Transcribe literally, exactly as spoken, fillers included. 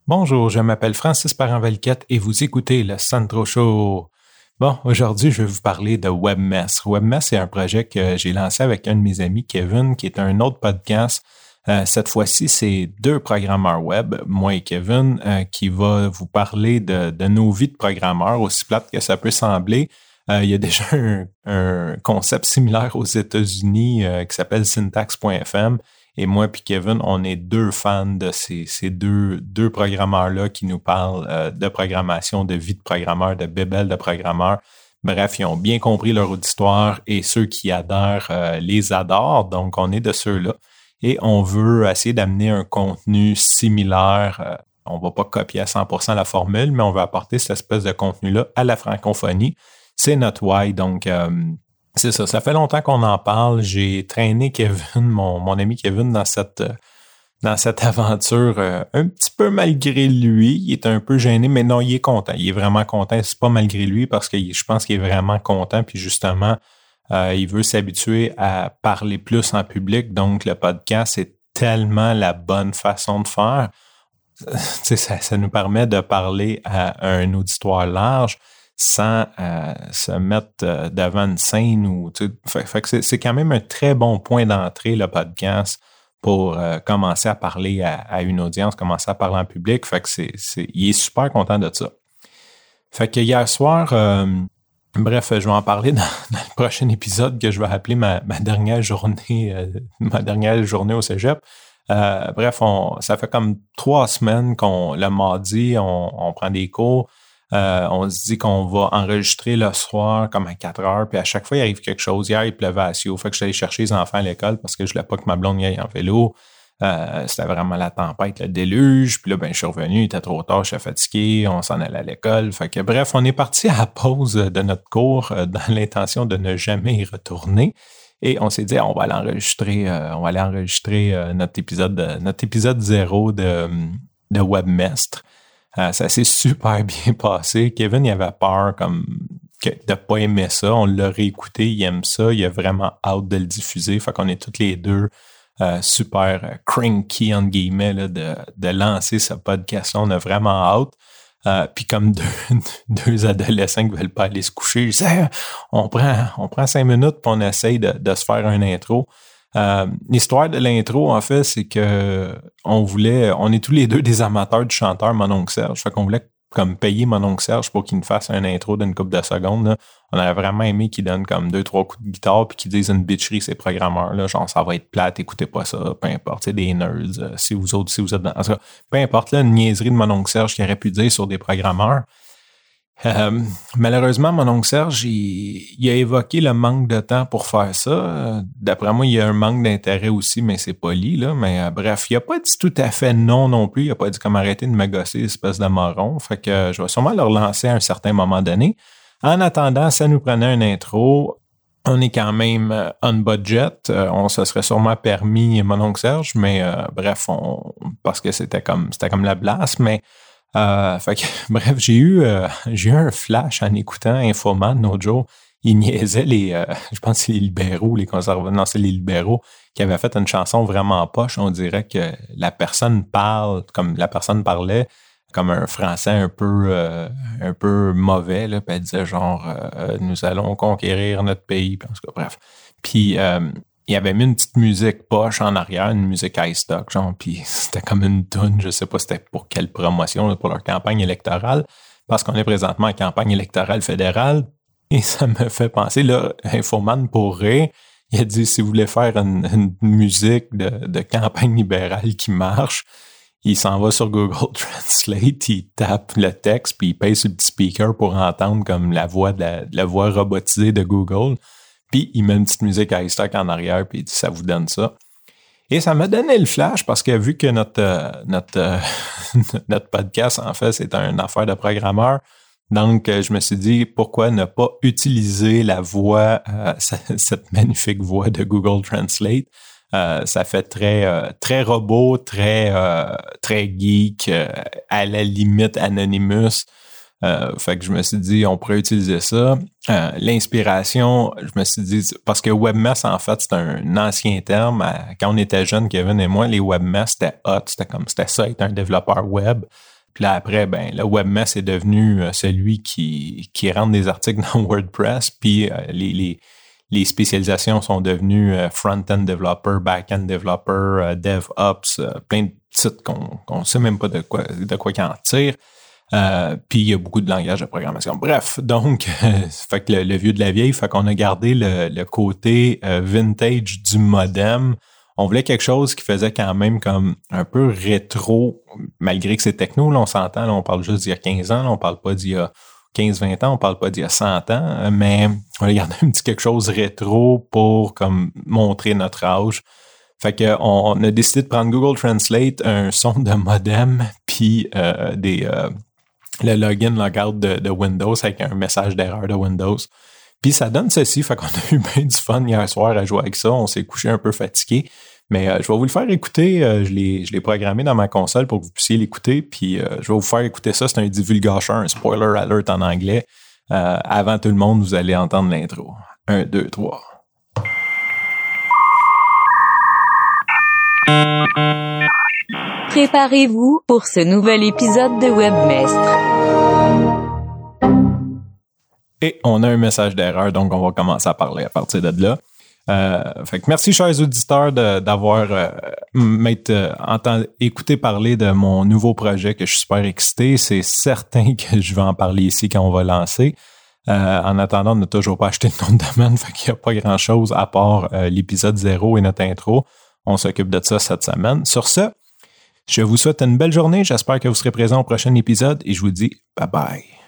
Bonjour, je m'appelle Francis Parent-Valquette et vous écoutez le Sandro Show. Bon, aujourd'hui, je vais vous parler de WebMess. WebMess, c'est un projet que j'ai lancé avec un de mes amis, Kevin, qui est un autre podcast. Euh, cette fois-ci, c'est deux programmeurs web, moi et Kevin, euh, qui va vous parler de, de nos vies de programmeurs, aussi plate que ça peut sembler. Euh, il y a déjà un, un concept similaire aux États-Unis euh, qui s'appelle syntax point f m. Et moi puis Kevin, on est deux fans de ces, ces deux, deux programmeurs-là qui nous parlent euh, de programmation, de vie de programmeur, de bébelle de programmeur. Bref, ils ont bien compris leur auditoire et ceux qui adhèrent euh, les adorent. Donc, on est de ceux-là. Et on veut essayer d'amener un contenu similaire. Euh, on va pas copier à cent pour cent la formule, mais on veut apporter cette espèce de contenu-là à la francophonie. C'est notre why. Donc, euh, c'est ça, ça fait longtemps qu'on en parle. J'ai traîné Kevin, mon, mon ami Kevin, dans cette, dans cette aventure euh, un petit peu malgré lui. Il est un peu gêné, mais non, il est content. Il est vraiment content. C'est pas malgré lui parce que je pense qu'il est vraiment content. Puis justement, euh, il veut s'habituer à parler plus en public. Donc, le podcast, c'est tellement la bonne façon de faire. Ça, ça nous permet de parler à un auditoire large sans euh, se mettre euh, devant une scène. Ou, fait, fait que c'est, c'est quand même un très bon point d'entrée, le podcast, pour euh, commencer à parler à, à une audience, commencer à parler en public. Fait que c'est, c'est, il est super content de ça. Fait que hier soir, euh, bref, je vais en parler dans, dans le prochain épisode que je vais appeler ma, ma dernière journée, euh, ma dernière journée au cégep. Euh, bref, on, ça fait comme trois semaines qu'on, le mardi, on, on prend des cours. Euh, on se dit qu'on va enregistrer le soir comme à quatre heures, puis à chaque fois, il arrive quelque chose. Hier, il pleuvait à Sio. Fait que je suis allé chercher les enfants à l'école parce que je voulais pas que ma blonde y aille en vélo. Euh, c'était vraiment la tempête, le déluge. Puis là, ben, je suis revenu, il était trop tard, je suis fatigué, on s'en allait à l'école. Fait que bref, on est parti à la pause de notre cours euh, dans l'intention de ne jamais y retourner. Et on s'est dit, on va aller enregistrer, euh, on va aller enregistrer euh, notre épisode, de, notre épisode zéro de, de Webmestre. Euh, ça s'est super bien passé. Kevin, il avait peur comme que, de pas aimer ça. On l'a réécouté, il aime ça. Il a vraiment hâte de le diffuser. Fait qu'on est tous les deux euh, super euh, cranky, entre guillemets, là, de, de lancer ce podcast-là. On a vraiment hâte. Euh, puis comme deux, deux adolescents qui veulent pas aller se coucher, je disais, on prend, on prend cinq minutes puis on essaye de, de se faire un intro. Euh, l'histoire de l'intro, en fait, c'est que on voulait, on est tous les deux des amateurs du chanteur Mon oncle Serge. Fait qu'on voulait comme payer Mon oncle Serge pour qu'il nous fasse un intro d'une couple de secondes. Là. On aurait vraiment aimé qu'il donne comme deux, trois coups de guitare puis qu'il dise une bitcherie ces programmeurs. Là. Genre, ça va être plate, écoutez pas ça, peu importe. C'est des nerds. Euh, si vous autres, si vous êtes dans. En tout cas, peu importe, là, une niaiserie de Mon oncle Serge qu'il aurait pu dire sur des programmeurs. Euh, malheureusement, mon oncle Serge, il, il a évoqué le manque de temps pour faire ça. D'après moi, il y a un manque d'intérêt aussi, mais c'est poli, là. Mais euh, bref, il a pas dit tout à fait non non plus. Il a pas dit comme arrêter de me gosser, espèce de marron. Fait que euh, je vais sûrement le relancer à un certain moment donné. En attendant, ça nous prenait un intro. On est quand même euh, on budget. Euh, on se serait sûrement permis mon oncle Serge, mais euh, bref, on, parce que c'était comme c'était comme la blast, mais Euh, fait que, bref, j'ai eu, euh, j'ai eu un flash en écoutant Infoman l'autre jour. Il niaisait les, euh, je pense que c'est les libéraux, les conservateurs, non, c'est les libéraux qui avaient fait une chanson vraiment poche. On dirait que la personne parle, comme la personne parlait, comme un français un peu, euh, un peu mauvais, là, puis elle disait genre, euh, nous allons conquérir notre pays, puis en tout cas, bref. Puis, euh, il avait mis une petite musique poche en arrière, une musique high stock, genre, puis c'était comme une toune, je sais pas c'était pour quelle promotion, là, pour leur campagne électorale, parce qu'on est présentement en campagne électorale fédérale, et ça me fait penser, là, Infoman pour rire, il a dit, si vous voulez faire une, une musique de, de campagne libérale qui marche, il s'en va sur Google Translate, il tape le texte, puis il paye sur le petit speaker pour entendre comme la voix, de la, la voix robotisée de Google. Puis il met une petite musique high stock en arrière, puis il dit ça vous donne ça. Et ça m'a donné le flash parce que vu que notre euh, notre euh, notre podcast, en fait, c'est une affaire de programmeur, donc euh, je me suis dit pourquoi ne pas utiliser la voix, euh, cette magnifique voix de Google Translate. Euh, ça fait très euh, très robot, très euh, très geek, euh, à la limite Anonymous. Euh, fait que je me suis dit, on pourrait utiliser ça. Euh, l'inspiration, je me suis dit, parce que webmess, en fait, c'est un ancien terme. À, quand on était jeunes, Kevin et moi, les webmess, c'était hot. C'était comme, c'était ça, être un développeur web. Puis là, après, ben, le WebMess est devenu euh, celui qui, qui rentre des articles dans WordPress. Puis euh, les, les, les spécialisations sont devenues euh, front-end developer, back-end developer, euh, DevOps, euh, plein de titres qu'on qu'on ne sait même pas de quoi, de quoi qu'ils en tirent. Euh, puis il y a beaucoup de langages de programmation. Bref, donc, euh, fait que le, le vieux de la vieille, fait qu'on a gardé le, le côté euh, vintage du modem. On voulait quelque chose qui faisait quand même comme un peu rétro, malgré que c'est techno, là, on s'entend, là, on parle juste d'il y a quinze ans, là, on parle pas d'il y a quinze vingt ans, on parle pas d'il y a cent ans, mais on a gardé un petit quelque chose rétro pour comme montrer notre âge. Fait que on, on a décidé de prendre Google Translate, un son de modem, puis euh, des euh, le login, logout de, de Windows avec un message d'erreur de Windows. Puis ça donne ceci, fait qu'on a eu bien du fun hier soir à jouer avec ça. On s'est couché un peu fatigué. Mais euh, je vais vous le faire écouter. Euh, je l'ai, je l'ai programmé dans ma console pour que vous puissiez l'écouter. Puis euh, je vais vous faire écouter ça. C'est un divulgateur, un spoiler alert en anglais. Euh, avant tout le monde, vous allez entendre l'intro. Un, deux, trois. Préparez-vous pour ce nouvel épisode de Webmestre. Et on a un message d'erreur, donc on va commencer à parler à partir de là. Euh, fait que merci, chers auditeurs, de, d'avoir euh, m'être euh, entendu, écouté parler de mon nouveau projet que je suis super excité. C'est certain que je vais en parler ici quand on va lancer. Euh, en attendant, on n'a toujours pas acheté de nom de domaine, fait qu'il n'y a pas grand-chose à part euh, l'épisode zéro et notre intro. On s'occupe de ça cette semaine. Sur ce, je vous souhaite une belle journée. J'espère que vous serez présents au prochain épisode et je vous dis bye bye.